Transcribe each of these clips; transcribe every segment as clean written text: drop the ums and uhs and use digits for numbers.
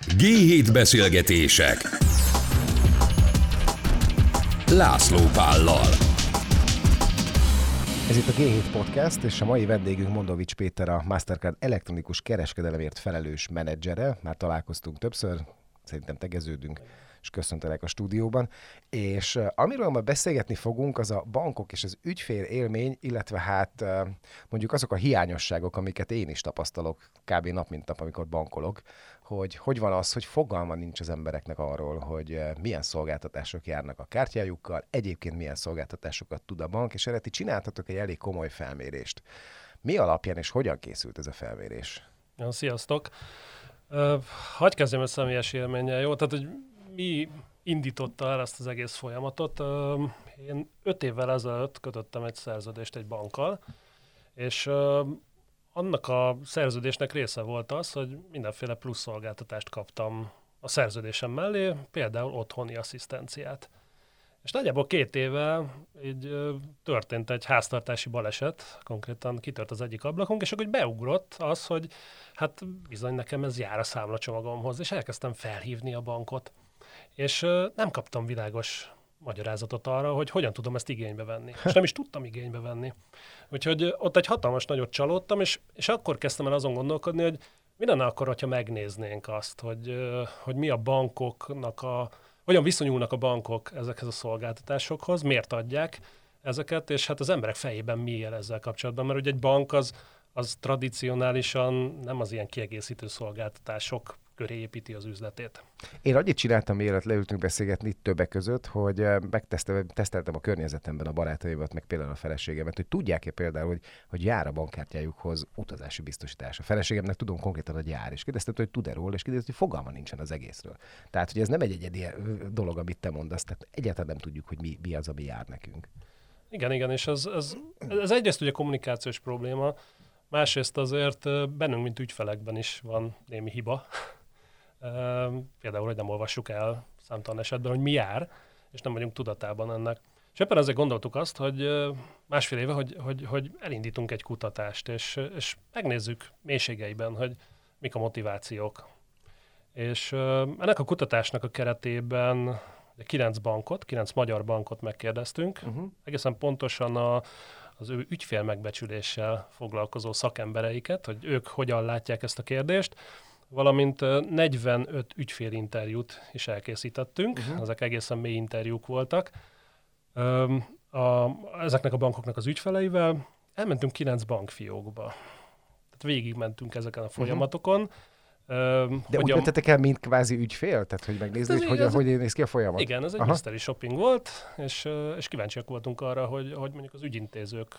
G7 beszélgetések László Pállal. Ez itt a G7 Podcast, és a mai vendégünk Mondovics Péter, a Mastercard elektronikus kereskedelemért felelős menedzsere. Már találkoztunk többször, szerintem tegeződünk, és köszöntelek a stúdióban. És amiről ma beszélgetni fogunk, az a bankok és az ügyfél élmény, illetve hát mondjuk azok a hiányosságok, amiket én is tapasztalok kb. Nap mint nap, amikor bankolok, hogy van az, hogy fogalma nincs az embereknek arról, hogy milyen szolgáltatások járnak a kártyájukkal, egyébként milyen szolgáltatásokat tud a bank, és erre ti csináltatok egy elég komoly felmérést. Mi alapján és hogyan készült ez a felmérés? Ja, sziasztok! Hadd kezdjem egy személyes élménnyel, jó? Tehát, hogy mi indította el ezt az egész folyamatot? Én 5 évvel ezelőtt kötöttem egy szerződést egy bankkal, és annak a szerződésnek része volt az, hogy mindenféle plusz szolgáltatást kaptam a szerződésem mellé, például otthoni asszisztenciát. És nagyjából 2 éve így történt egy háztartási baleset, konkrétan kitört az egyik ablakunk, és akkor beugrott az, hogy hát bizony nekem ez jár a számlacsomagomhoz, és elkezdtem felhívni a bankot. És nem kaptam világos magyarázatot arra, hogy hogyan tudom ezt igénybe venni. És nem is tudtam igénybe venni. Úgyhogy ott egy hatalmas nagyot csalódtam, és akkor kezdtem el azon gondolkodni, hogy mi lenne akkor, hogyha megnéznénk azt, hogy mi a bankoknak hogyan viszonyulnak a bankok ezekhez a szolgáltatásokhoz, miért adják ezeket, és hát az emberek fejében mi él ezzel kapcsolatban, mert ugye egy bank az tradicionálisztisan nem az ilyen kiegészítő szolgáltatások köré építi az üzletét. Én annyit csináltam, mielőtt leültünk beszélgetni többek között, hogy teszteltem a környezetemben a barátaimat, meg például a feleségemet, hogy tudják-e például, hogy jár a bankkártyájukhoz utazási biztosítás. A feleségemnek tudom konkrétan, hogy jár, és kérdeztem, hogy tud-e róla, és kérdeztem, hogy fogalma nincsen az egészről. Tehát, hogy ez nem egy egyedi dolog, amit te mondasz, tehát egyáltalán nem tudjuk, hogy mi az, ami jár nekünk. Igen, és ez egyrészt ugye kommunikációs probléma, másrészt azért bennünk, mint ügyfelekben is van némi hiba. Például, hogy nem olvassuk el számtalan esetben, hogy mi jár, és nem vagyunk tudatában ennek. És éppen ezért gondoltuk azt, hogy 1,5 éve, hogy elindítunk egy kutatást, és megnézzük mélységeiben, hogy mik a motivációk. És ennek a kutatásnak a keretében 9 magyar bankot megkérdeztünk, egészen pontosan az ő ügyfélmegbecsüléssel foglalkozó szakembereiket, hogy ők hogyan látják ezt a kérdést, valamint 45 ügyfélinterjút is elkészítettünk, ezek egészen mély interjúk voltak. Ezeknek a bankoknak az ügyfeleivel elmentünk 9 bankfiókba. Tehát végigmentünk ezeken a folyamatokon. De úgy mentetek el, mint kvázi ügyfél? Tehát, hogy megnézni, hogy néz ki a folyamat? Igen, ez egy mystery shopping volt, és kíváncsiak voltunk arra, hogy mondjuk az ügyintézők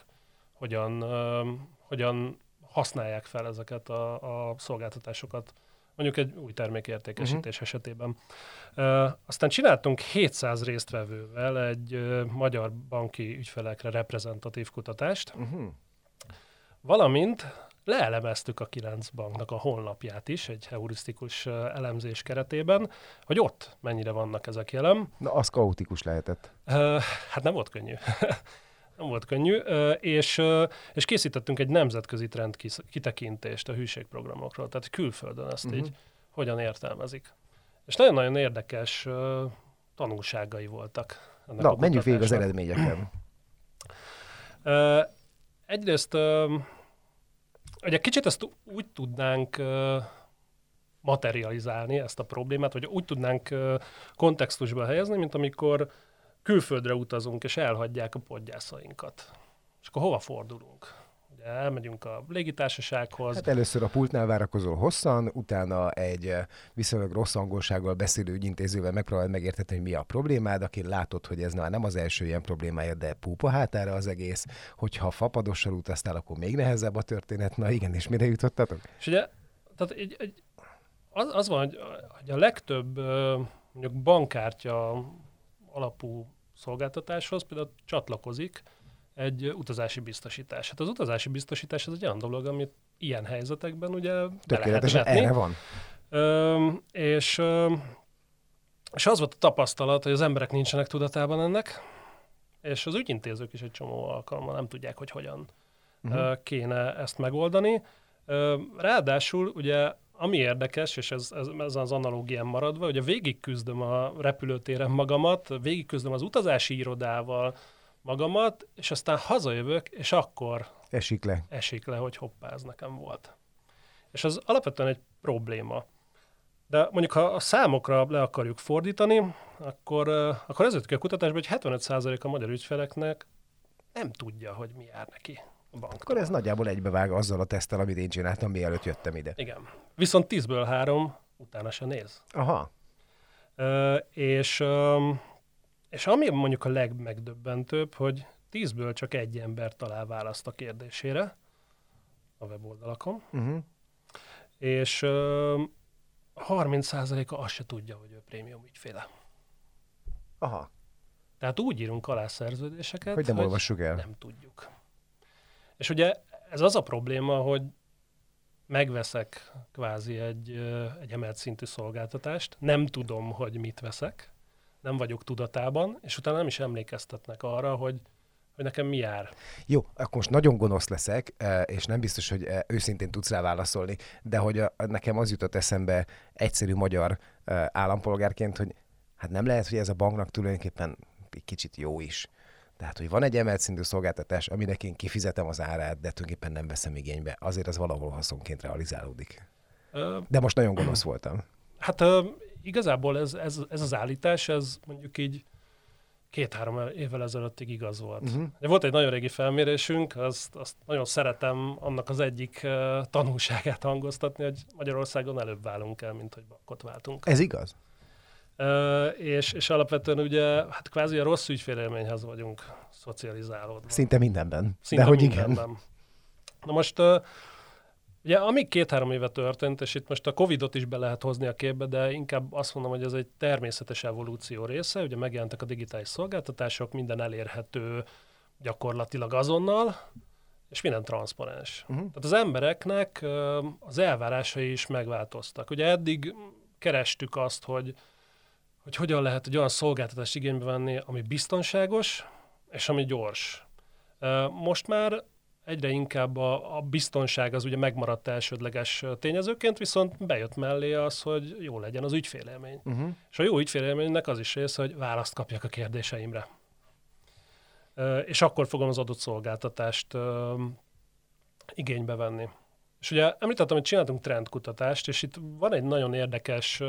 hogyan használják fel ezeket a szolgáltatásokat, mondjuk egy új termékértékesítés esetében. Aztán csináltunk 700 résztvevővel egy magyar banki ügyfelekre reprezentatív kutatást, valamint leelemeztük a 9 banknak a honlapját is egy heurisztikus elemzés keretében, hogy ott mennyire vannak ezek jelen. Na, az kaotikus lehetett. Hát nem volt könnyű. Nem volt könnyű, és készítettünk egy nemzetközi trend kitekintést a hűségprogramokról, tehát külföldön ezt így hogyan értelmezik. És nagyon-nagyon érdekes tanulságai voltak ennek a menjünk végig az eredményeken. Egyrészt, ugye kicsit ezt úgy tudnánk materializálni, ezt a problémát, vagy úgy tudnánk kontextusba helyezni, mint amikor külföldre utazunk, és elhagyják a podgyászainkat. És akkor hova fordulunk? Ugye elmegyünk a légitársasághoz. Hát először a pultnál várakozol hosszan, utána egy viszonylag rossz angolsággal beszélő ügyintézővel megpróbálod megértetni, hogy mi a problémád, aki látod, hogy ez nem az első ilyen problémája, de púpa hátára az egész. Hogyha fapadossal utaztál, akkor még nehezebb a történet. Na igen, és mire jutottatok? És ugye, tehát az van, hogy a legtöbb mondjuk bankkártya alapú szolgáltatáshoz például csatlakozik egy utazási biztosítás. Hát az utazási biztosítás az egy olyan dolog, amit ilyen helyzetekben ugye tökéletesen erre van. És az volt a tapasztalat, hogy az emberek nincsenek tudatában ennek, és az ügyintézők is egy csomó alkalommal nem tudják, hogy hogyan kéne ezt megoldani. Ráadásul ugye ami érdekes, és ez az analógián maradva, hogy végig küzdöm a repülőtéren magamat, végig küzdöm az utazási irodával magamat, és aztán hazajövök, és akkor esik le, hogy hoppá, ez nekem volt. És az alapvetően egy probléma. De mondjuk, ha a számokra le akarjuk fordítani, akkor ez jött ki a kutatásban, hogy 75% a magyar ügyfeleknek nem tudja, hogy mi jár neki a banktól. Akkor ez nagyjából egybevág azzal a teszttel, amit én csináltam, mielőtt jöttem ide. Igen. Viszont 10-ből 3 utána se néz. Aha. És ami mondjuk a legmegdöbbentőbb, hogy 10-ből csak egy ember talál választ a kérdésére a weboldalakon, és 30%-a azt se tudja, hogy ő prémium ügyféle. Aha. Tehát úgy írunk alá szerződéseket, hogy nem olvassuk el. Nem tudjuk. És ugye ez az a probléma, hogy megveszek kvázi egy emelt szintű szolgáltatást, nem tudom, hogy mit veszek, nem vagyok tudatában, és utána nem is emlékeztetnek arra, hogy nekem mi jár. Jó, akkor most nagyon gonosz leszek, és nem biztos, hogy őszintén tudsz rá válaszolni, de hogy nekem az jutott eszembe egyszerű magyar állampolgárként, hogy hát nem lehet, hogy ez a banknak tulajdonképpen egy kicsit jó is. Tehát, hogy van egy emelt szintű szolgáltatás, aminek én kifizetem az árát, de tulajdonképpen nem veszem igénybe. Azért az valahol haszonként realizálódik. De most nagyon gonosz voltam. Hát igazából ez az állítás, ez mondjuk így 2-3 évvel ezelőttig igaz volt. Volt egy nagyon régi felmérésünk, azt nagyon szeretem annak az egyik tanulságát hangoztatni, hogy Magyarországon előbb válunk el, mint hogy bankot váltunk. Ez igaz? És alapvetően ugye, hát kvázi a rossz ügyfélélményhez vagyunk szocializálódva. Szinte mindenben. Szinte de hogy mindenben. Igen. Na most, ugye amíg 2-3 éve történt, és itt most a Covid-ot is be lehet hozni a képbe, de inkább azt mondom, hogy ez egy természetes evolúció része, ugye megjelentek a digitális szolgáltatások, minden elérhető gyakorlatilag azonnal, és minden transzparens. Tehát az embereknek az elvárásai is megváltoztak. Ugye eddig kerestük azt, hogy hogyan lehet egy olyan szolgáltatást igénybe venni, ami biztonságos, és ami gyors. Most már egyre inkább a biztonság az ugye megmaradt elsődleges tényezőként, viszont bejött mellé az, hogy jó legyen az ügyfélélmény. És a jó ügyfélélménynek az is része, hogy választ kapjak a kérdéseimre. És akkor fogom az adott szolgáltatást igénybe venni. És ugye említettem, hogy csináltunk trendkutatást, és itt van egy nagyon érdekes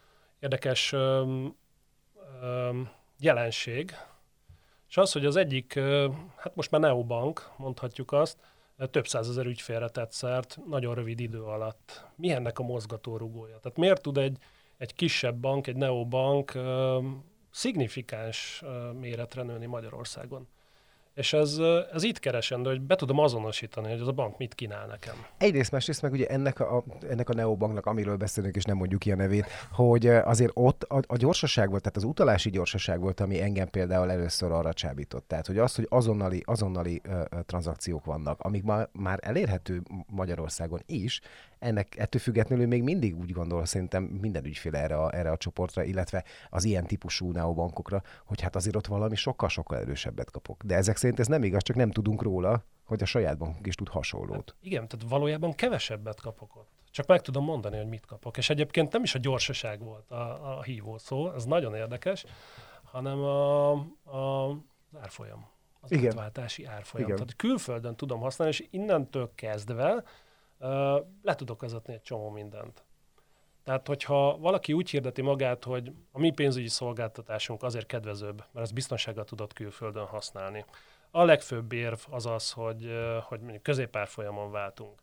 jelenség, és az, hogy az egyik, hát most már neobank, mondhatjuk azt, több százezer ügyfélre tett szert nagyon rövid idő alatt. Mi ennek a mozgatórugója? Tehát miért tud egy kisebb bank, egy neobank szignifikáns méretre nőni Magyarországon? És ez itt keresendő, hogy be tudom azonosítani, hogy az a bank mit kínál nekem. Egyrészt, másrészt meg ugye ennek a neobanknak, amiről beszélünk, és nem mondjuk ki a nevét, hogy azért ott a gyorsaság volt, tehát az utalási gyorsaság volt, ami engem például először arra csábított. Tehát, hogy az, hogy azonnali tranzakciók vannak, amik már elérhető Magyarországon is, ettől függetlenül még mindig úgy gondol szerintem minden ügyfél erre a csoportra, illetve az ilyen típusú neobankokra, hogy hát azért ott valami sokkal-sokkal erősebbet kapok. De ezek szerint ez nem igaz, csak nem tudunk róla, hogy a saját bankunk is tud hasonlót. Hát igen, tehát valójában kevesebbet kapok ott. Csak meg tudom mondani, hogy mit kapok. És egyébként nem is a gyorsaság volt a hívó szó, ez nagyon érdekes, hanem az árfolyam. Az átváltási árfolyam. Igen. Tehát külföldön tudom használni, és innentől kezdve le tudok vezetni egy csomó mindent. Tehát, hogyha valaki úgy hirdeti magát, hogy a mi pénzügyi szolgáltatásunk azért kedvezőbb, mert ezt biztonsággal tudod külföldön használni. A legfőbb érv az az, hogy mondjuk középárfolyamon váltunk.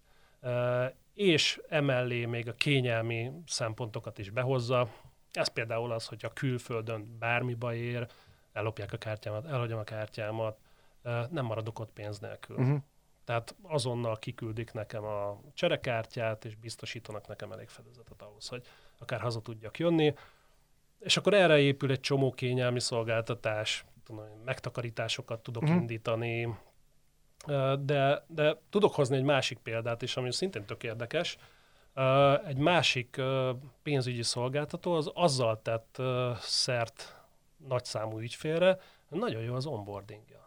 És emellé még a kényelmi szempontokat is behozza. Ez például az, hogy a külföldön bármi baj ér, ellopják a kártyámat, elhagyom a kártyámat, nem maradok ott pénz nélkül. Tehát azonnal kiküldik nekem a cserekártyát, és biztosítanak nekem elég fedezetet ahhoz, hogy akár haza tudjak jönni. És akkor erre épül egy csomó kényelmi szolgáltatás, megtakarításokat tudok indítani, de tudok hozni egy másik példát is, ami szintén tök érdekes. Egy másik pénzügyi szolgáltató az azzal tett szert nagyszámú ügyfélre, hogy nagyon jó az onboardingja.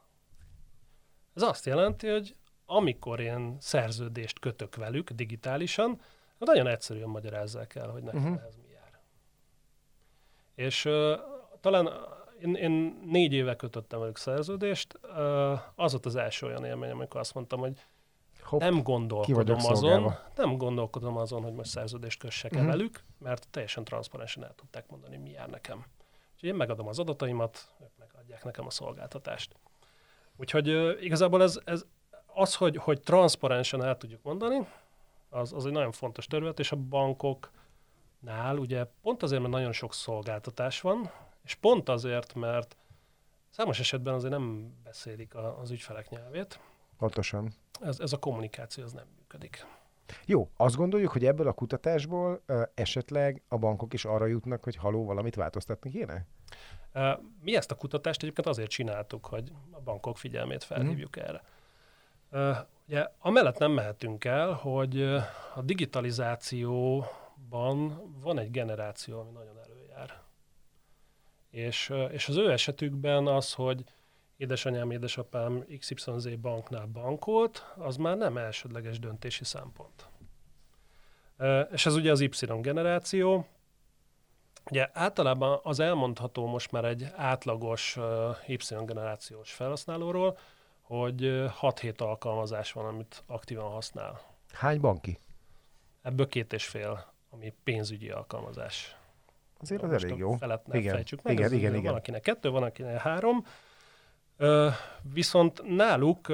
Ez azt jelenti, hogy amikor én szerződést kötök velük digitálisan, Nagyon egyszerűen magyarázzák el, hogy nekem ehhez mi jár. És talán én 4 éve kötöttem velük szerződést, az volt az első olyan élmény, amikor azt mondtam, hogy nem gondolkodom azon, hogy most szerződést kössek velük, mert teljesen transzparensen el tudták mondani, mi jár nekem. Úgyhogy én megadom az adataimat, ők megadják nekem a szolgáltatást. Úgyhogy igazából az, hogy transzparensen el tudjuk mondani, az egy nagyon fontos terület, és a bankoknál ugye pont azért, mert nagyon sok szolgáltatás van, és pont azért, mert számos esetben azért nem beszélik az ügyfelek nyelvét. Pontosan. Ez a kommunikáció az nem működik. Jó, azt gondoljuk, hogy ebből a kutatásból esetleg a bankok is arra jutnak, hogy haló, valamit változtatni kéne? Mi ezt a kutatást egyébként azért csináltuk, hogy a bankok figyelmét felhívjuk erre. Ugye amellett nem mehetünk el, hogy a digitalizációban van egy generáció, ami nagyon előjár. És az ő esetükben az, hogy édesanyám, édesapám XYZ banknál bankolt, az már nem elsődleges döntési szempont. És ez ugye az Y generáció. Ugye általában az elmondható most már egy átlagos Y generációs felhasználóról, hogy 6-7 alkalmazás van, amit aktívan használ. Hány banki? Ebből 2,5, ami pénzügyi alkalmazás. Azért az elég jó. Felett nem fejtsük meg. Igen. Van akinek 2, van akinek 3. Viszont náluk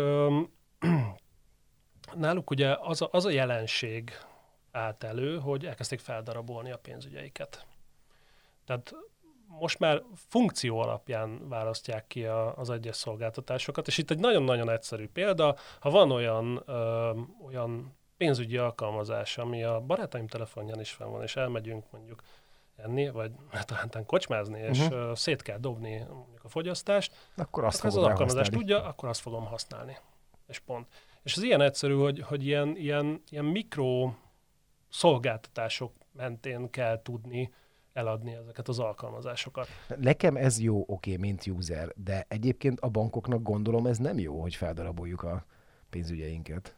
ugye az a jelenség állt elő, hogy elkezdték feldarabolni a pénzügyeiket. Tehát most már funkció alapján választják ki az egyes szolgáltatásokat, és itt egy nagyon-nagyon egyszerű példa, ha van olyan pénzügyi alkalmazás, ami a barátaim telefonján is fenn van, és elmegyünk mondjuk enni, vagy talán kocsmázni, és szét kell dobni mondjuk a fogyasztást, akkor azt az alkalmazás tudja, akkor azt fogom használni. És pont. És ez ilyen egyszerű, hogy ilyen mikro szolgáltatások mentén kell tudni eladni ezeket az alkalmazásokat. Nekem ez jó, oké, mint user, de egyébként a bankoknak gondolom ez nem jó, hogy feldaraboljuk a pénzügyeinket.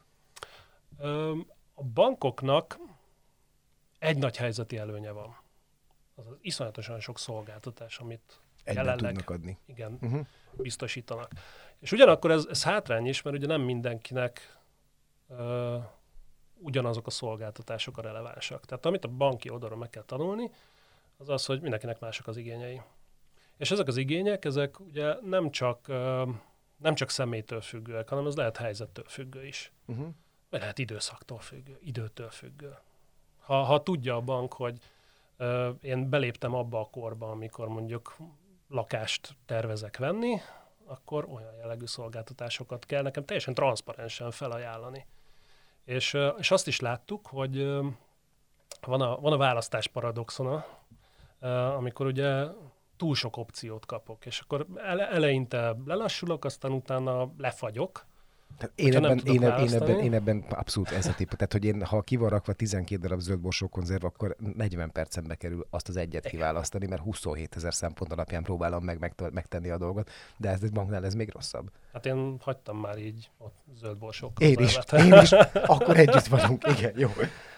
A bankoknak egy nagy helyzeti előnye van. Az iszonyatosan sok szolgáltatás, amit jelenleg tudnak adni. Igen, biztosítanak. És ugyanakkor ez hátrány is, mert ugye nem mindenkinek ugyanazok a szolgáltatások a relevánsak. Tehát amit a banki oldalról meg kell tanulni, az az, hogy mindenkinek mások az igényei. És ezek az igények, ezek ugye nem csak személytől függőek, hanem ez lehet helyzettől függő is. Vagy lehet időszaktól függő, időtől függő. Ha tudja a bank, hogy én beléptem abba a korba, amikor mondjuk lakást tervezek venni, akkor olyan jellegű szolgáltatásokat kell nekem teljesen transzparensen felajánlani. És azt is láttuk, hogy van a választás paradoxona, amikor ugye túl sok opciót kapok, és akkor eleinte lelassulok, aztán utána lefagyok. Én ebben abszolút ez a típus. Tehát, hogy ha ki van rakva 12 darab zöld borsókonzerv, akkor 40 percembe kerül azt az egyet kiválasztani, mert 27 000 szempont alapján próbálom megtenni a dolgot, de ez egy banknál ez még rosszabb. Hát én hagytam már így ott zöld borsók Én is. Akkor együtt vagyunk. Igen, jó.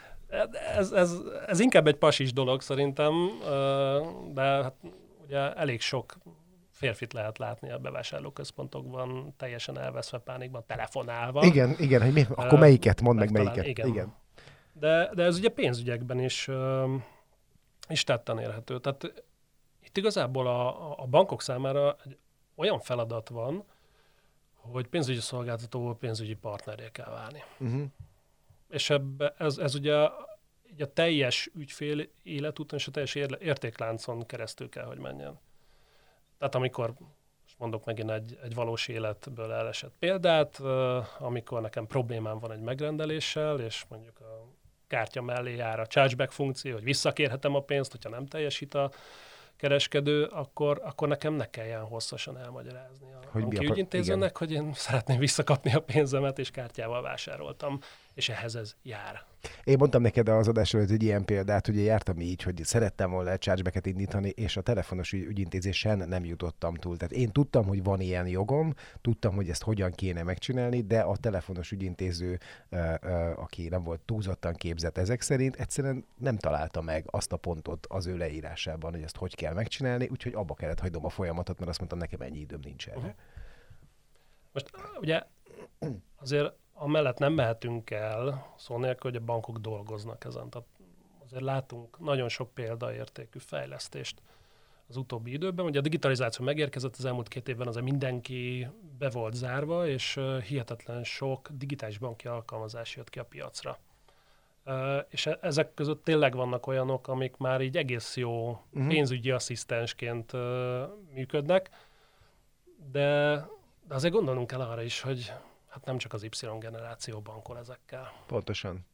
Ez inkább egy pasis dolog szerintem, de hát ugye elég sok férfit lehet látni a bevásárlóközpontokban, teljesen elveszve pánikban, telefonálva. Igen, hogy akkor melyiket? Mondd meg melyiket. Igen. De ez ugye pénzügyekben is tetten érhető. Tehát itt igazából a bankok számára egy olyan feladat van, hogy pénzügyi szolgáltatóból pénzügyi partnerré kell válni. És ez ugye a teljes ügyfél életúton és a teljes értékláncon keresztül kell, hogy menjen. Tehát amikor, most mondok megint egy valós életből elesett példát, amikor nekem problémám van egy megrendeléssel, és mondjuk a kártya mellé jár a chargeback funkció, hogy visszakérhetem a pénzt, hogyha nem teljesít a kereskedő, akkor nekem ne kelljen hosszasan elmagyarázni a banki ügyintézőnek, hogy én szeretném visszakapni a pénzemet, és kártyával vásároltam. és ehhez ez jár. Én mondtam neked az adás előtt egy ilyen példát, ugye jártam így, hogy szerettem volna egy chargebacket indítani, és a telefonos ügyintézésen nem jutottam túl. Tehát én tudtam, hogy van ilyen jogom, tudtam, hogy ezt hogyan kéne megcsinálni, de a telefonos ügyintéző, aki nem volt túlzottan képzett ezek szerint, egyszerűen nem találta meg azt a pontot az ő leírásában, hogy ezt hogy kell megcsinálni, úgyhogy abba kellett hagynom a folyamatot, mert azt mondtam, nekem ennyi időm nincs erre. Most ugye azért amellett nem mehetünk el szó nélkül, hogy a bankok dolgoznak ezen. Tehát azért látunk nagyon sok példaértékű fejlesztést az utóbbi időben. Ugye a digitalizáció megérkezett az elmúlt 2 évben, azért mindenki be volt zárva, és hihetetlen sok digitális banki alkalmazás jött ki a piacra. És ezek között tényleg vannak olyanok, amik már így egész jó pénzügyi asszisztensként működnek, de azért gondolnunk kell arra is, hogy hát nem csak az Y-generáció bankol ezekkel. Pontosan.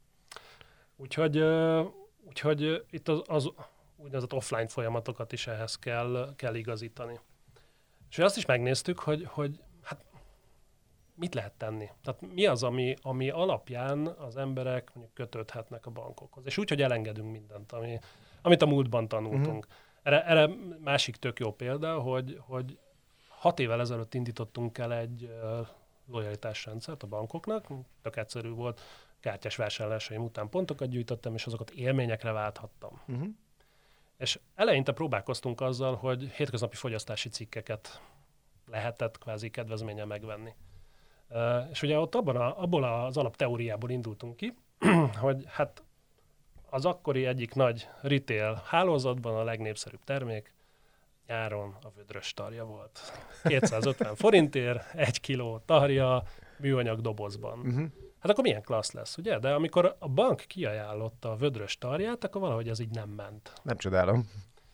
Úgyhogy itt az úgynevezett offline folyamatokat is ehhez kell igazítani. És azt is megnéztük, hogy hát mit lehet tenni. Tehát mi az, ami alapján az emberek mondjuk kötődhetnek a bankokhoz. És úgy, hogy elengedünk mindent, amit a múltban tanultunk. Erre másik tök jó példa, hogy 6 évvel ezelőtt indítottunk el egy lojalitásrendszert a bankoknak, tök egyszerű volt, kártyás vásárlásaim után pontokat gyűjtöttem, és azokat élményekre válthattam. És eleinte próbálkoztunk azzal, hogy hétköznapi fogyasztási cikkeket lehetett kvázi kedvezményen megvenni. És ugye ott abból az alapteóriából indultunk ki, hogy hát az akkori egyik nagy retail hálózatban a legnépszerűbb termék nyáron a vödrös tarja volt. 250 forintért, 1 kiló tarja, műanyag dobozban. Hát akkor milyen klassz lesz, ugye? De amikor a bank kiajánlotta a vödrös tarját, akkor valahogy ez így nem ment. Nem csodálom.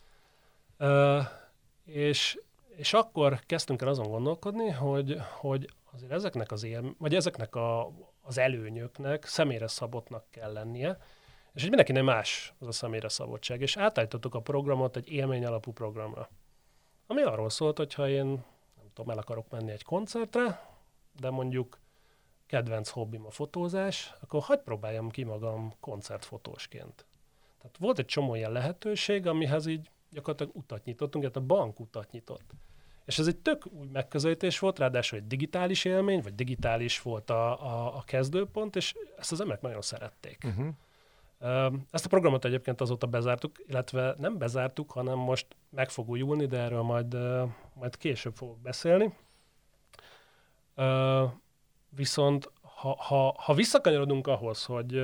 És akkor kezdtünk el azon gondolkodni, hogy azért ezeknek az előnyöknek személyre szabottnak kell lennie, és hogy mindenkinek más az a személyre szabottság. És átállítottuk a programot egy élmény alapú programra, ami arról szólt, hogyha én nem tudom, el akarok menni egy koncertre, de mondjuk kedvenc hobbim a fotózás, akkor hadd próbáljam ki magam koncertfotósként. Tehát volt egy csomó ilyen lehetőség, amihez így gyakorlatilag utat nyitottunk, tehát a bank utat nyitott. És ez egy tök új megközelítés volt, ráadásul egy digitális élmény, vagy digitális volt a kezdőpont, és ezt az emberek nagyon szerették. Ezt a programot egyébként azóta bezártuk, illetve nem bezártuk, hanem most meg fog újulni, de erről majd később fogok beszélni. Viszont ha visszakanyarodunk ahhoz, hogy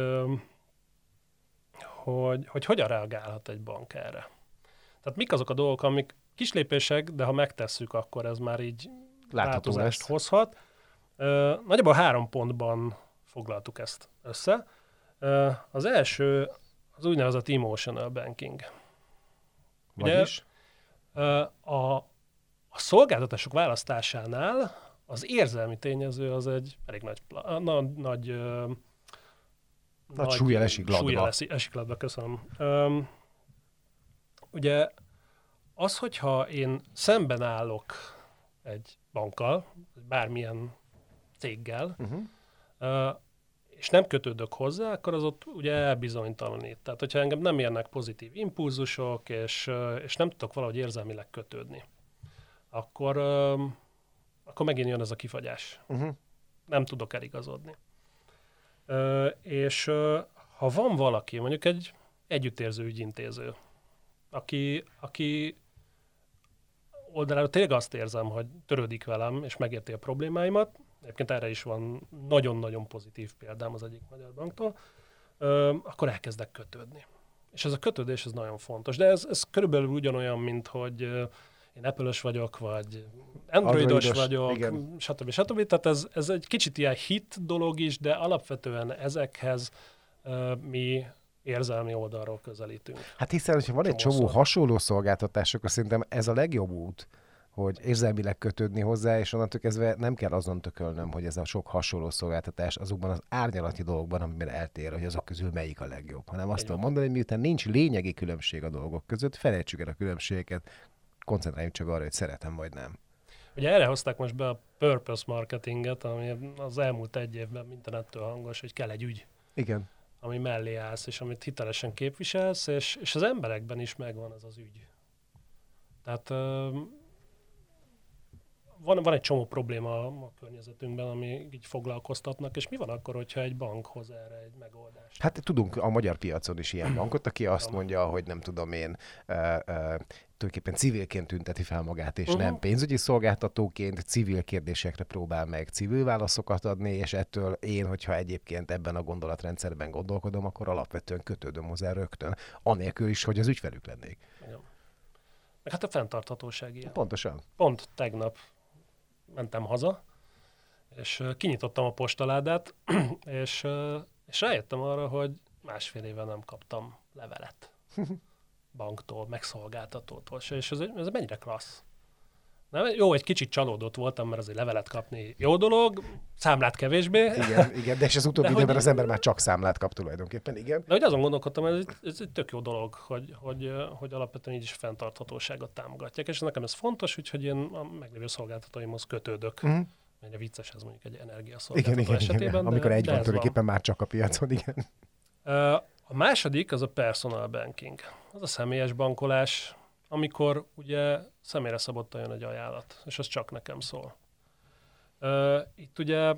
hogyan reagálhat egy bank erre. Tehát mik azok a dolgok, amik kis lépések, de ha megtesszük, akkor ez már így változást hozhat. Nagyjából 3 pontban foglaltuk ezt össze. Az első az úgynevezett emotional banking. Vagyis? A szolgáltatások választásánál az érzelmi tényező az egy elég nagy súllyal esik latba. Súllyal esik latba, köszönöm. Ugye az, hogyha én szemben állok egy bankkal, bármilyen céggel, és nem kötődök hozzá, akkor az ott ugye elbizonytalanít. Tehát, hogyha engem nem érnek pozitív impulzusok, és nem tudok valahogy érzelmileg kötődni, akkor megint jön ez a kifagyás. Nem tudok eligazodni. És ha van valaki, mondjuk egy együttérző ügyintéző, aki oldaláról tényleg azt érzem, hogy törődik velem, és megérti a problémáimat, egyébként erre is van nagyon-nagyon pozitív példám az egyik magyar banktól, akkor elkezdek kötődni. És ez a kötődés ez nagyon fontos. De ez körülbelül ugyanolyan, mint hogy én Apple-ös vagyok, vagy Androidos vagyok, igen. Stb. Tehát ez egy kicsit ilyen hit dolog is, de alapvetően ezekhez mi érzelmi oldalról közelítünk. Hát hiszen, hogyha van egy csomó hasonló szolgáltatás, akkor szerintem ez a legjobb út, hogy érzelmileg kötődni hozzá, és onnantól kezdve nem kell azon tökölnöm, hogy ez a sok hasonló szolgáltatás azokban az árnyalati dolgokban, amiben eltér, hogy azok közül melyik a legjobb. Hanem azt tudom mondani, hogy miután nincs lényegi különbség a dolgok között, felejtsük el a különbségeket, koncentráljunk csak arra, hogy szeretem vagy nem. Ugye erre hozták most be a purpose marketinget, ami az elmúlt 1 évben mindenettől hangos, hogy kell egy ügy. Igen. ami mellé állsz, és amit hitelesen képviselsz, és az emberekben is megvan ez az ügy. Tehát van egy csomó probléma a környezetünkben, ami így foglalkoztatnak, és mi van akkor, hogyha egy bank hoz erre egy megoldást? Hát tudunk a magyar piacon is ilyen bankot, aki azt mondja, hogy nem tudom én, tulajdonképpen civilként tünteti fel magát, és nem pénzügyi szolgáltatóként, civil kérdésekre próbál meg civil válaszokat adni, és ettől én, hogyha egyébként ebben a gondolatrendszerben gondolkodom, akkor alapvetően kötődöm hozzá rögtön, anélkül is, hogy az ügyfelük lennék. Igen. Meg hát a fenntarthatóság ilyen. Pontosan. Pont tegnap mentem haza, és kinyitottam a postaládát, és rájöttem arra, hogy 1,5 éve nem kaptam levelet banktól, meg szolgáltatótól se, és ez mennyire klassz. Nem? Jó, egy kicsit csalódott voltam, mert azért levelet kapni jó dolog, számlát kevésbé. Igen, de és az utóbbi időben az ember már csak számlát kap tulajdonképpen, igen. De hogy azon gondolkodtam, ez egy tök jó dolog, hogy alapvetően így is fenntarthatóságot támogatják, és nekem ez fontos, úgyhogy én a meglévő szolgáltatóimhoz kötődök. Mennyire vicces ez mondjuk egy energiaszolgáltató esetében. Igen. Amikor egy van tulajdonképpen már csak a piacon, igen. A második az a personal banking. Az a személyes bankolás, amikor ugye személyre szabottan jön egy ajánlat, és az csak nekem szól. Itt ugye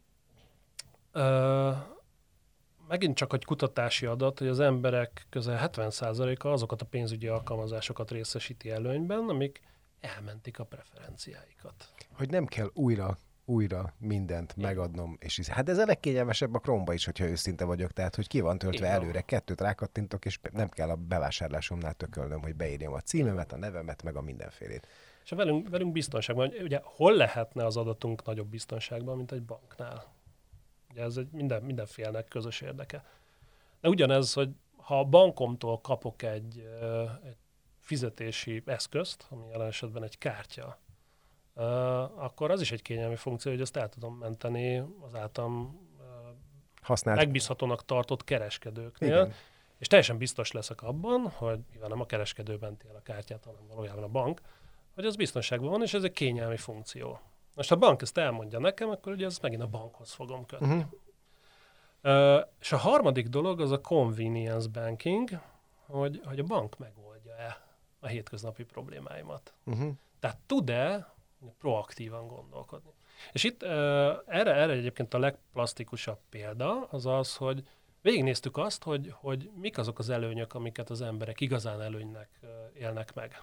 megint csak egy kutatási adat, hogy az emberek közel 70%-a azokat a pénzügyi alkalmazásokat részesíti előnyben, amik elmentik a preferenciáikat. Hogy nem kell újra mindent megadnom. És hát ez a legkényelmesebb a Chrome-ba is, hogyha őszinte vagyok. Tehát, hogy ki van töltve előre, 2 rákattintok, és nem kell a bevásárlásomnál tökölnöm, hogy beírjam a címemet, a nevemet, meg a mindenfélét. És velünk biztonságban, ugye hol lehetne az adatunk nagyobb biztonságban, mint egy banknál? Ugye ez egy mindenfélnek közös érdeke. De ugyanez, hogy ha a bankomtól kapok egy fizetési eszközt, ami jelen esetben egy kártya, akkor az is egy kényelmi funkció, hogy ezt el tudom menteni az általam megbízhatónak tartott kereskedőknél, igen. És teljesen biztos leszek abban, hogy mivel nem a kereskedő menti el a kártyát, hanem valójában a bank, hogy az biztonságban van, és ez egy kényelmi funkció. Most ha a bank ezt elmondja nekem, akkor ugye ezt megint a bankhoz fogom kötni. És a harmadik dolog az a convenience banking, hogy a bank megoldja-e a hétköznapi problémáimat. Tehát tud-e proaktívan gondolkodni. És itt erre egyébként a legplasztikusabb példa az az, hogy végignéztük azt, hogy mik azok az előnyök, amiket az emberek igazán előnynek élnek meg.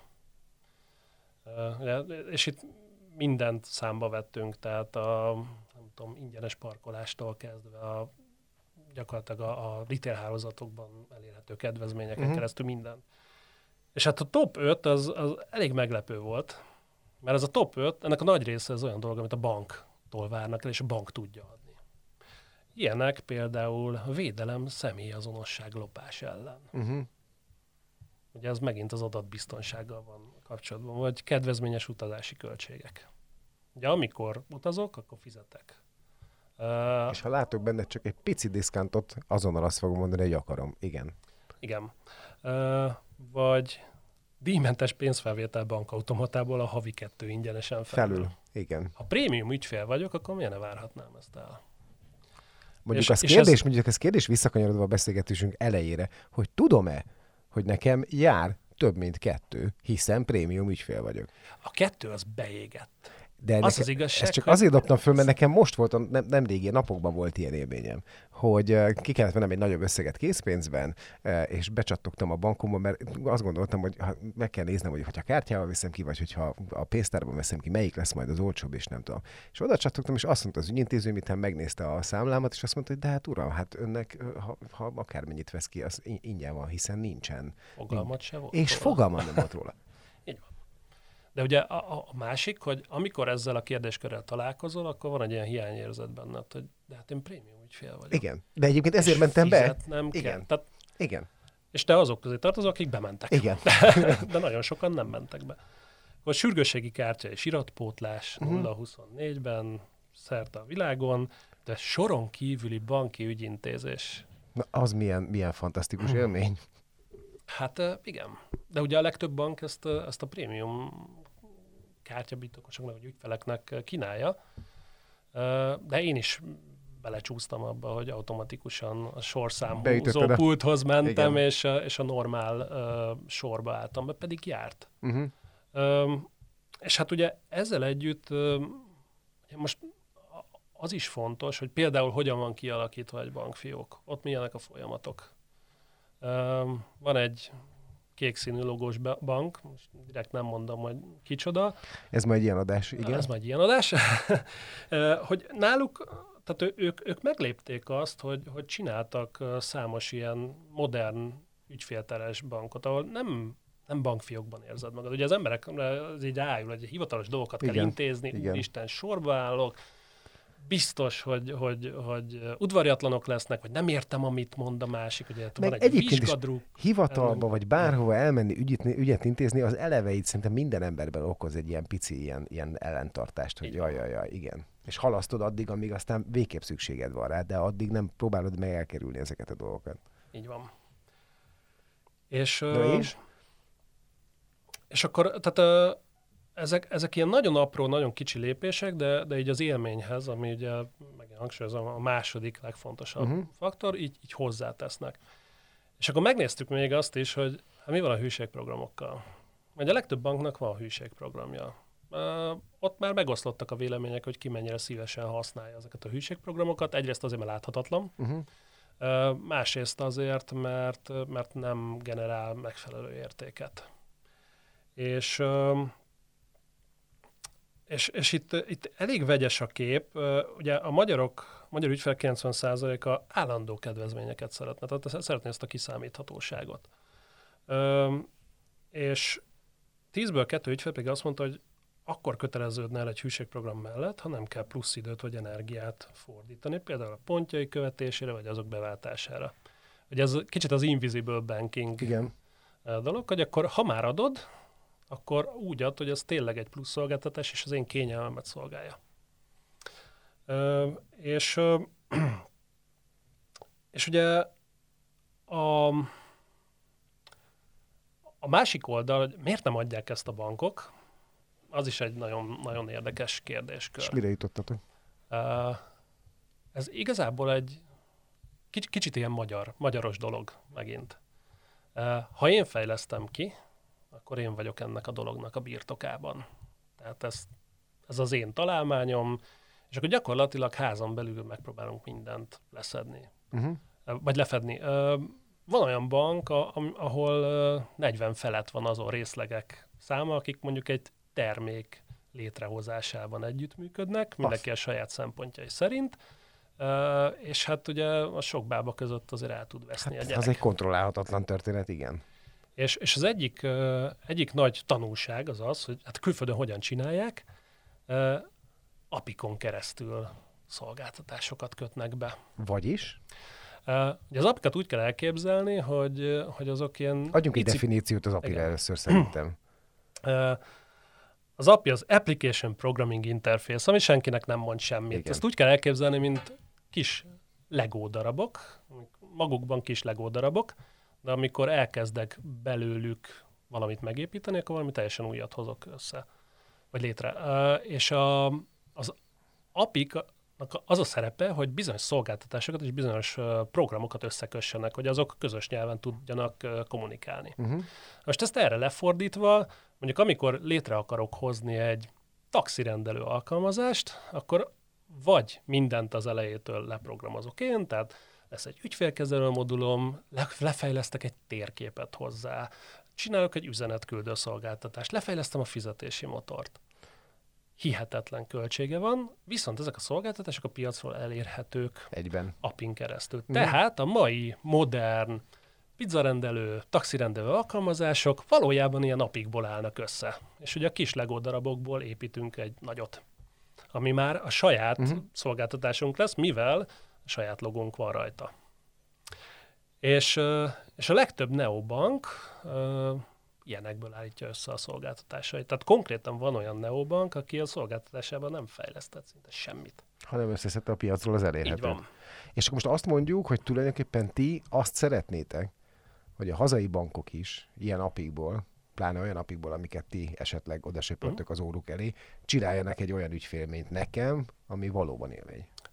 És itt mindent számba vettünk, tehát nem tudom, ingyenes parkolástól kezdve gyakorlatilag a retail hálózatokban elérhető kedvezményeken keresztül minden. És hát a top 5 az elég meglepő volt, mert ez a top 5, ennek a nagy része az olyan dolog, amit a banktól várnak el, és a bank tudja adni. Ilyenek például a védelem személyazonosság lopás ellen. Ugye ez megint az adatbiztonsággal van kapcsolatban, vagy kedvezményes utazási költségek. Ugye amikor utazok, akkor fizetek. És ha látok benne csak egy pici diszkántot, azonnal azt fogom mondani, hogy akarom. Igen. Igen. Vagy díjmentes pénzfelvétel bankautomatából a havi 2 ingyenesen felül. Igen. Ha prémium ügyfél vagyok, akkor miért ne várhatnám ezt el? Mondjuk ez kérdés visszakanyarodva a beszélgetésünk elejére, hogy tudom-e, hogy nekem jár több mint 2, hiszen prémium ügyfél vagyok. A 2 az beégett. De az igazság, ezt csak azért dobtam föl, mert nekem most volt, nem régi napokban volt ilyen élményem, hogy ki kellett vennem egy nagyobb összeget készpénzben, és becsattogtam a bankomba, mert azt gondoltam, hogy meg kell néznem, hogy ha kártyával veszem ki, vagy hogyha a pénztárban veszem ki, melyik lesz majd az olcsóbb, és nem tudom. És oda csattogtam, és azt mondta az ügyintéző, mintha megnézte a számlámat, és azt mondta, hogy de hát uram, hát önnek, ha akármennyit vesz ki, az ingyen van, hiszen nincsen. Fogalmat se volt. És fogalmam nem volt róla. Így van. De ugye a másik, hogy amikor ezzel a kérdéskörrel találkozol, akkor van egy ilyen hiányérzet benned, hogy de hát én prémium ügyfél vagyok. Igen, de egyébként ezért mentem be. Nem igen. kell. Tehát, igen. És te azok közé tartozol, akik bementek. Igen. De nagyon sokan nem mentek be. A sürgősségi kártya és iratpótlás 0-24-ben szerte a világon, de soron kívüli banki ügyintézés. Na, az milyen fantasztikus élmény. Hát igen. De ugye a legtöbb bank ezt a prémium kártyabirtokosoknak vagy ügyfeleknek kínálja. De én is belecsúsztam abba, hogy automatikusan a sorszámhúzó Beütötted pulthoz mentem, Igen. és a normál sorba álltam be, pedig járt. És hát ugye ezzel együtt most az is fontos, hogy például hogyan van kialakítva egy bankfiók. Ott milyenek a folyamatok. Van egy kék színű logós bank, most direkt nem mondom, hogy kicsoda. Ez majd ilyen adás, igen? Ez majd ilyen adás. Hogy náluk, tehát ők meglépték azt, hogy csináltak számos ilyen modern ügyfélteres bankot, ahol nem bankfiókban érzed magad. Ugye az emberekre ez így rájul, hogy hivatalos dolgokat kell intézni, úristen, sorba állok, biztos, hogy udvariatlanok lesznek, vagy nem értem, amit mond a másik, ugye van egy vizsgadruk. Hivatalba, vagy bárhova elmenni ügyet intézni, az eleveit szerintem minden emberben okoz egy ilyen pici ilyen ellentartást, hogy jaj, igen. És halasztod addig, amíg aztán végképp szükséged van rá, de addig nem próbálod meg elkerülni ezeket a dolgokat. Így van. És akkor, tehát ezek ilyen nagyon apró, nagyon kicsi lépések, de így az élményhez, ami ugye megint hangsúlyozom, a második legfontosabb faktor, így hozzátesznek. És akkor megnéztük még azt is, hogy mi van a hűségprogramokkal. Ugye a legtöbb banknak van hűségprogramja. Ott már megoszlottak a vélemények, hogy ki mennyire szívesen használja ezeket a hűségprogramokat. Egyrészt azért, mert láthatatlan, másrészt azért, mert nem generál megfelelő értéket. És itt elég vegyes a kép. Ugye a magyar ügyfelek 90%-a állandó kedvezményeket szeretne, tehát szeretné ezt a kiszámíthatóságot. És 10-ből 2 ügyfél pedig azt mondta, hogy akkor köteleződne el egy hűségprogram mellett, ha nem kell plusz időt vagy energiát fordítani, például a pontjai követésére, vagy azok beváltására. Ugye ez kicsit az invisible banking dolog, hogy akkor ha már adod, akkor úgy ad, hogy ez tényleg egy plusz szolgáltatás, és az én kényelmemet szolgálja. És ugye a másik oldal, hogy miért nem adják ezt a bankok, az is egy nagyon, nagyon érdekes kérdéskör. És mire jutottatok? Ez igazából egy kicsit ilyen magyaros dolog megint. Ha én fejlesztem ki, akkor én vagyok ennek a dolognak a birtokában. Tehát ez az én találmányom, és akkor gyakorlatilag házon belül megpróbálunk mindent leszedni. Vagy lefedni. Van olyan bank, ahol 40 felett van azon részlegek száma, akik mondjuk egy termék létrehozásában együttműködnek, mindenki a saját szempontjai szerint, és hát ugye a sok bába között azért el tud veszni a gyerek. Az egy kontrollálhatatlan történet, igen. És az egyik nagy tanulság az, hogy hát külföldön hogyan csinálják, API-kon keresztül szolgáltatásokat kötnek be. Vagyis? Ugye az API-kat úgy kell elképzelni, hogy azok ilyen... Adjunk egy definíciót az API-re először szerintem. Az API az Application Programming Interface, ami senkinek nem mond semmit. Igen. Ezt úgy kell elképzelni, mint kis Lego darabok, magukban kis Lego darabok, de amikor elkezdek belőlük valamit megépíteni, akkor valami teljesen újat hozok össze, vagy létre. És az API-nak az a szerepe, hogy bizonyos szolgáltatásokat és bizonyos programokat összekössenek, hogy azok közös nyelven tudjanak kommunikálni. Most ezt erre lefordítva, mondjuk amikor létre akarok hozni egy taxirendelő alkalmazást, akkor vagy mindent az elejétől leprogramozok én, tehát lesz egy ügyfélkezelő modulom, lefejlesztek egy térképet hozzá, csinálok egy üzenetküldő szolgáltatást, lefejlesztem a fizetési motort. Hihetetlen költsége van, viszont ezek a szolgáltatások a piacról elérhetők egyben API-n keresztül. Tehát a mai modern pizzarendelő, taxirendelő alkalmazások valójában ilyen API-kból állnak össze. És ugye a kis Lego darabokból építünk egy nagyot, ami már a saját szolgáltatásunk lesz, mivel a saját logónk van rajta. És a legtöbb neobank ilyenekből állítja össze a szolgáltatásait. Tehát konkrétan van olyan neobank, aki a szolgáltatásában nem fejlesztett szinte semmit. Hanem összeszedte a piacról az elérhetőt. Így van. És akkor most azt mondjuk, hogy tulajdonképpen ti azt szeretnétek, hogy a hazai bankok is ilyen API-ból, pláne olyan API-ból, amiket ti esetleg oda söpörtök az óruk elé, csináljanak egy olyan ügyfélményt nekem, ami valóban élmény.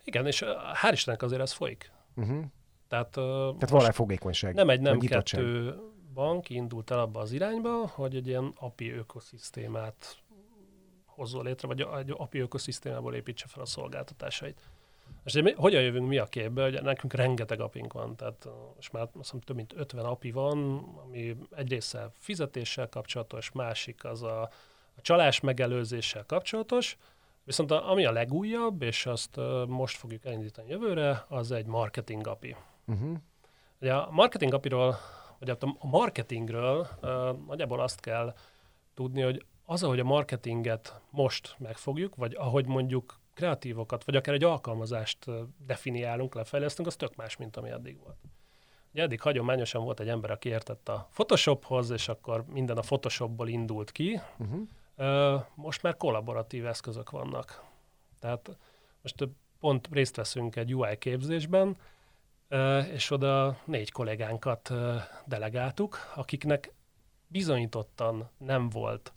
Igen, és hál' Istennek azért ez folyik. Tehát van fogékonyság. Nem egy, nem kettő bank indult el abba az irányba, hogy egy ilyen API ökoszisztémát hozzon létre, vagy egy API ökoszisztémából építse fel a szolgáltatásait. És hogyan jövünk mi a képbe, hogy nekünk rengeteg API-nk van, tehát most már azt hiszem, több mint 50 API van, ami egy része fizetéssel kapcsolatos, másik az a csalás megelőzéssel kapcsolatos, viszont ami a legújabb, és azt most fogjuk elindítani jövőre, az egy marketing API. Ugye a marketing API-ról, vagy a marketingről nagyjából azt kell tudni, hogy az, ahogy a marketinget most megfogjuk, vagy ahogy mondjuk kreatívokat, vagy akár egy alkalmazást definiálunk, lefejlesztünk, az tök más, mint ami eddig volt. Ugye eddig hagyományosan volt egy ember, aki értett a Photoshophoz, és akkor minden a Photoshopból indult ki. Most már kollaboratív eszközök vannak. Tehát most pont részt veszünk egy UI képzésben, és oda 4 kollégánkat delegáltuk, akiknek bizonyítottan nem volt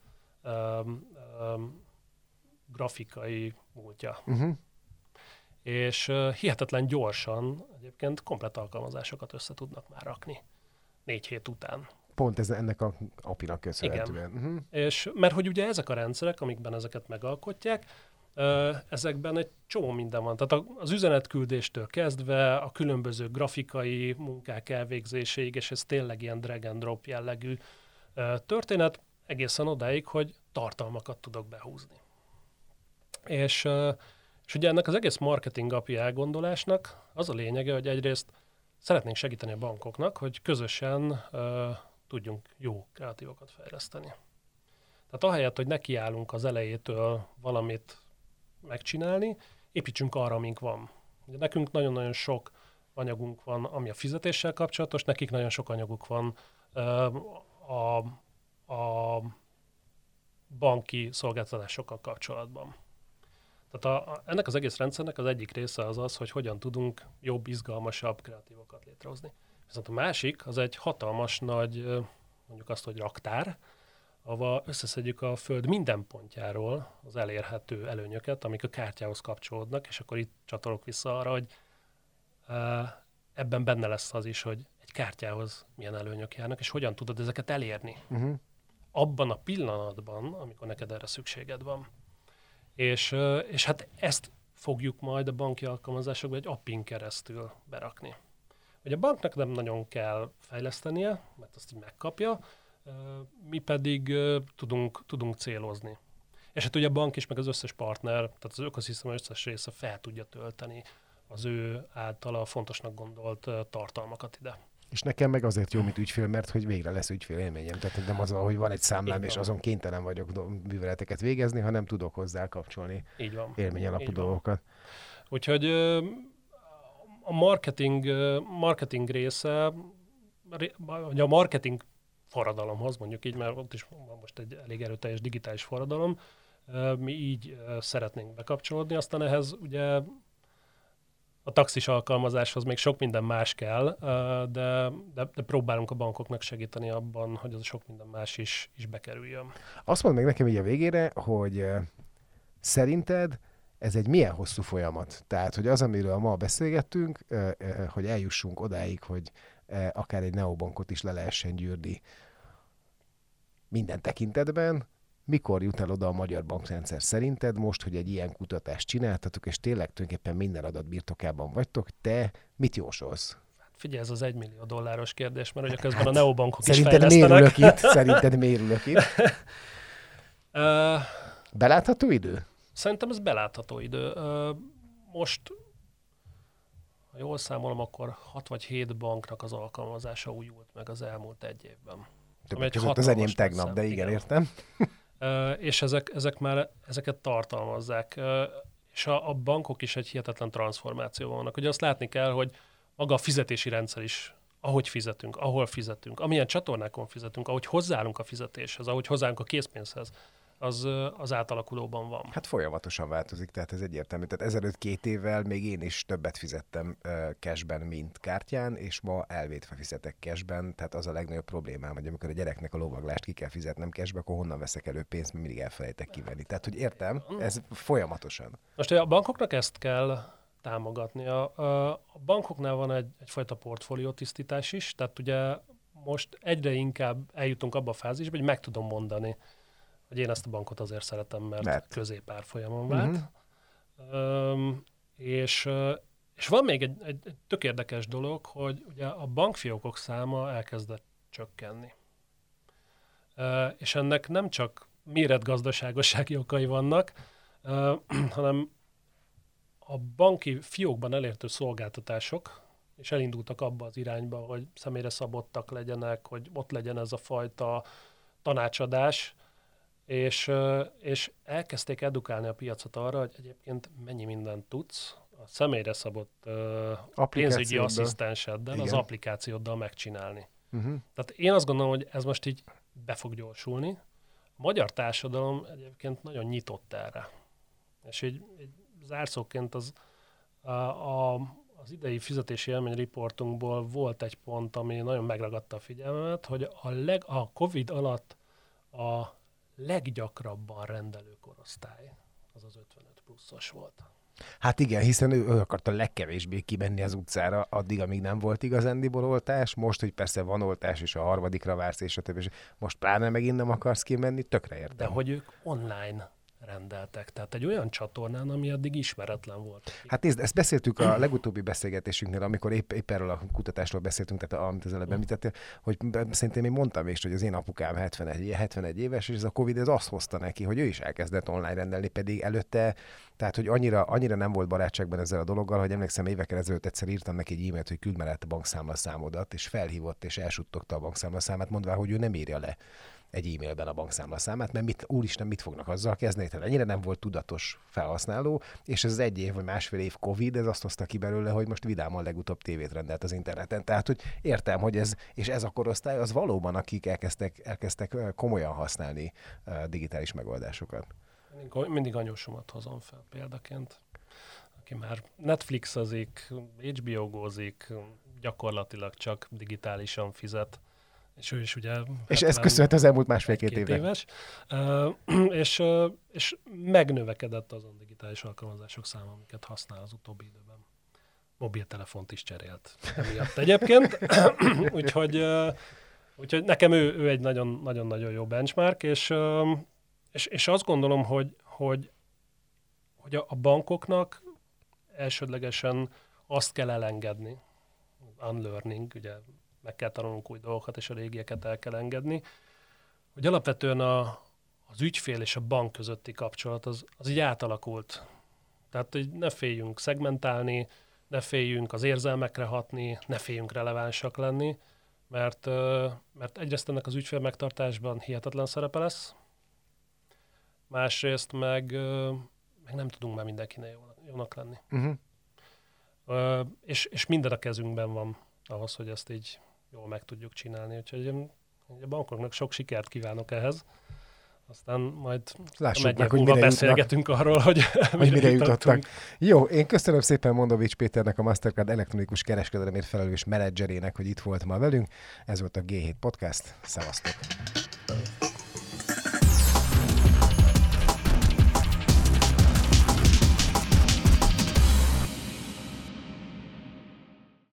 grafikai múltja. És hihetetlen gyorsan egyébként komplett alkalmazásokat össze tudnak már rakni 4 hét után. Pont ennek a API-nak köszönhetően. Igen. És mert hogy ugye ezek a rendszerek, amikben ezeket megalkotják, ezekben egy csomó minden van. Tehát az üzenetküldéstől kezdve a különböző grafikai munkák elvégzéséig, és ez tényleg ilyen drag and drop jellegű történet, egészen odáig, hogy tartalmakat tudok behúzni. És ugye ennek az egész marketing API elgondolásnak az a lényege, hogy egyrészt szeretnénk segíteni a bankoknak, hogy közösen tudjunk jó kreatívokat fejleszteni. Tehát ahelyett, hogy nekiállunk az elejétől valamit megcsinálni, építsünk arra, amink van. Ugye nekünk nagyon-nagyon sok anyagunk van, ami a fizetéssel kapcsolatos, nekik nagyon sok anyaguk van a banki szolgáltatásokkal kapcsolatban. Tehát ennek az egész rendszernek az egyik része az, hogy hogyan tudunk jobb, izgalmasabb, kreatívokat létrehozni. Viszont a másik, az egy hatalmas nagy, mondjuk azt, hogy raktár, ahol összeszedjük a föld minden pontjáról az elérhető előnyöket, amik a kártyához kapcsolódnak, és akkor itt csatolok vissza arra, hogy ebben benne lesz az is, hogy egy kártyához milyen előnyök járnak, és hogyan tudod ezeket elérni. Abban a pillanatban, amikor neked erre szükséged van. És hát ezt fogjuk majd a banki alkalmazásokba egy API-n keresztül berakni. Ugye a banknak nem nagyon kell fejlesztenie, mert azt így megkapja, mi pedig tudunk célozni. És hát ugye a bank is, meg az összes partner, tehát az ökoszisztéma összes része fel tudja tölteni az ő általa fontosnak gondolt tartalmakat ide. És nekem meg azért jó, mint ügyfél, mert hogy végre lesz ügyfélélményem. Tehát nem az, hogy van egy számlám, és azon kénytelen vagyok műveleteket végezni, hanem tudok hozzá kapcsolni élményalapú dolgokat. Úgyhogy a marketing része, vagy a marketing forradalomhoz, mondjuk így, mert ott is van most egy elég erőteljes digitális forradalom, mi így szeretnénk bekapcsolódni, aztán ehhez ugye a taxis alkalmazáshoz még sok minden más kell, de próbálunk a bankoknak segíteni abban, hogy az sok minden más is bekerüljön. Azt mondd meg nekem így a végére, hogy szerinted ez egy milyen hosszú folyamat? Tehát, hogy az, amiről ma beszélgettünk, hogy eljussunk odáig, hogy akár egy neobankot is le lehessen gyűrni minden tekintetben, mikor jut el oda a magyar bankrendszer szerinted most, hogy egy ilyen kutatást csináltatok, és tényleg tulajdonképpen minden adat birtokában vagytok, te mit jósolsz? Figyelj, ez az $1 millió kérdés, mert ugye közben a neobankok is fejlesztenek. Szerinted mérülök itt? Belátható idő? Szerintem ez belátható idő. Most, ha jól számolom, akkor 6 vagy 7 banknak az alkalmazása újult meg az elmúlt 1 évben. Többek között az enyém tegnap, de igen, értem. És ezeket tartalmazzák. És a bankok is egy hihetetlen transformációban vannak. Ugye azt látni kell, hogy maga a fizetési rendszer is, ahogy fizetünk, ahol fizetünk, amilyen csatornákon fizetünk, ahogy hozzáállunk a fizetéshez, ahogy hozzáállunk a készpénzhez, az átalakulóban van. Hát folyamatosan változik, tehát ez egyértelmű. Tehát ezelőtt 2 évvel még én is többet fizettem cashben, mint kártyán, és ma elvétve fizetek cashben, tehát az a legnagyobb problémám, hogy amikor a gyereknek a lovaglást ki kell fizetnem cashbe, akkor honnan veszek elő pénzt, mert mindig elfelejtek kivenni. Tehát, hogy értem, ez folyamatosan. Most a bankoknak ezt kell támogatni. A bankoknál van egyfajta portfóliótisztítás is, tehát ugye most egyre inkább eljutunk abba a fázisba, hogy meg tudom mondani, hogy én ezt a bankot azért szeretem, mert középárfolyamon vált. És van még egy tök érdekes dolog, hogy ugye a bankfiókok száma elkezdett csökkenni. És ennek nem csak méretgazdaságossági okai vannak, hanem a banki fiókban elérhető szolgáltatások, és elindultak abba az irányba, hogy személyre szabottak legyenek, hogy ott legyen ez a fajta tanácsadás, és elkezdték edukálni a piacot arra, hogy egyébként mennyi mindent tudsz a személyre szabott pénzügyi asszisztenseddel, az applikációddal megcsinálni. Tehát én azt gondolom, hogy ez most így be fog gyorsulni. A magyar társadalom egyébként nagyon nyitott erre. És egy zárszóként az idei fizetési élmény riportunkból volt egy pont, ami nagyon megragadta a figyelmemet, hogy a Covid alatt a leggyakrabban rendelő korosztály az 55 pluszos volt. Hát igen, hiszen ő akarta legkevésbé kimenni az utcára addig, amíg nem volt igazándiból oltás. Most, hogy persze van oltás, és a harmadikra vársz, és a többi, és most pláne megint nem akarsz kimenni, tökre értem. De hogy ők online rendeltek, tehát egy olyan csatornán, ami addig ismeretlen volt. Hát nézd, ezt beszéltük a legutóbbi beszélgetésünknél, amikor épp erről a kutatásról beszéltünk, tehát amit az előbb említettél, hogy szerintem én mondtam is, hogy az én apukám 71 éves, és ez a Covid ez azt hozta neki, hogy ő is elkezdett online rendelni, pedig előtte, tehát hogy annyira nem volt barátságban ezzel a dologgal, hogy emlékszem, évekkel ezelőtt egyszer írtam neki egy e-mailt, hogy küld már át a bankszámlaszámodat, és felhívott és elsuttogta a bankszámlaszámát, mondván, hogy ő nem írja le egy e-mailben a bankszámlaszámát, mert úristen, mit fognak azzal kezdeni? Tehát ennyire nem volt tudatos felhasználó, és ez az 1 év vagy másfél év Covid, ez azt hozta ki belőle, hogy most vidáman legutóbb tévét rendelt az interneten. Tehát, hogy értem, hogy ez a korosztály az valóban, akik elkezdtek komolyan használni digitális megoldásokat. Mindig anyósomat hozom fel példaként, aki már Netflixezik, HBO-gózik, gyakorlatilag csak digitálisan fizet. És ő is ugye... És ez köszönhet az elmúlt másfél-két éves. És megnövekedett azon digitális alkalmazások száma, amiket használ az utóbbi időben. Mobiltelefont is cserélt emiatt egyébként. úgyhogy nekem ő egy nagyon-nagyon jó benchmark, és azt gondolom, hogy a bankoknak elsődlegesen azt kell elengedni, unlearning, ugye meg kell tanulnunk új dolgokat, és a régieket el kell engedni, hogy alapvetően az ügyfél és a bank közötti kapcsolat az így átalakult. Tehát, hogy ne féljünk szegmentálni, ne féljünk az érzelmekre hatni, ne féljünk relevánsak lenni, mert egyrészt ennek az ügyfél megtartásban hihetetlen szerepe lesz, másrészt meg nem tudunk már mindenkinek jónak lenni. És minden a kezünkben van ahhoz, hogy ezt így jól meg tudjuk csinálni. Úgyhogy a bankoknak sok sikert kívánok ehhez. Aztán majd lássuk meg, hogy mire beszélgetünk arról, hogy mire jutottak. Jó, én köszönöm szépen Mondovics Péternek, a Mastercard elektronikus kereskedelemért felelős menedzserének, hogy itt volt ma velünk. Ez volt a G7 Podcast. Szevasztok!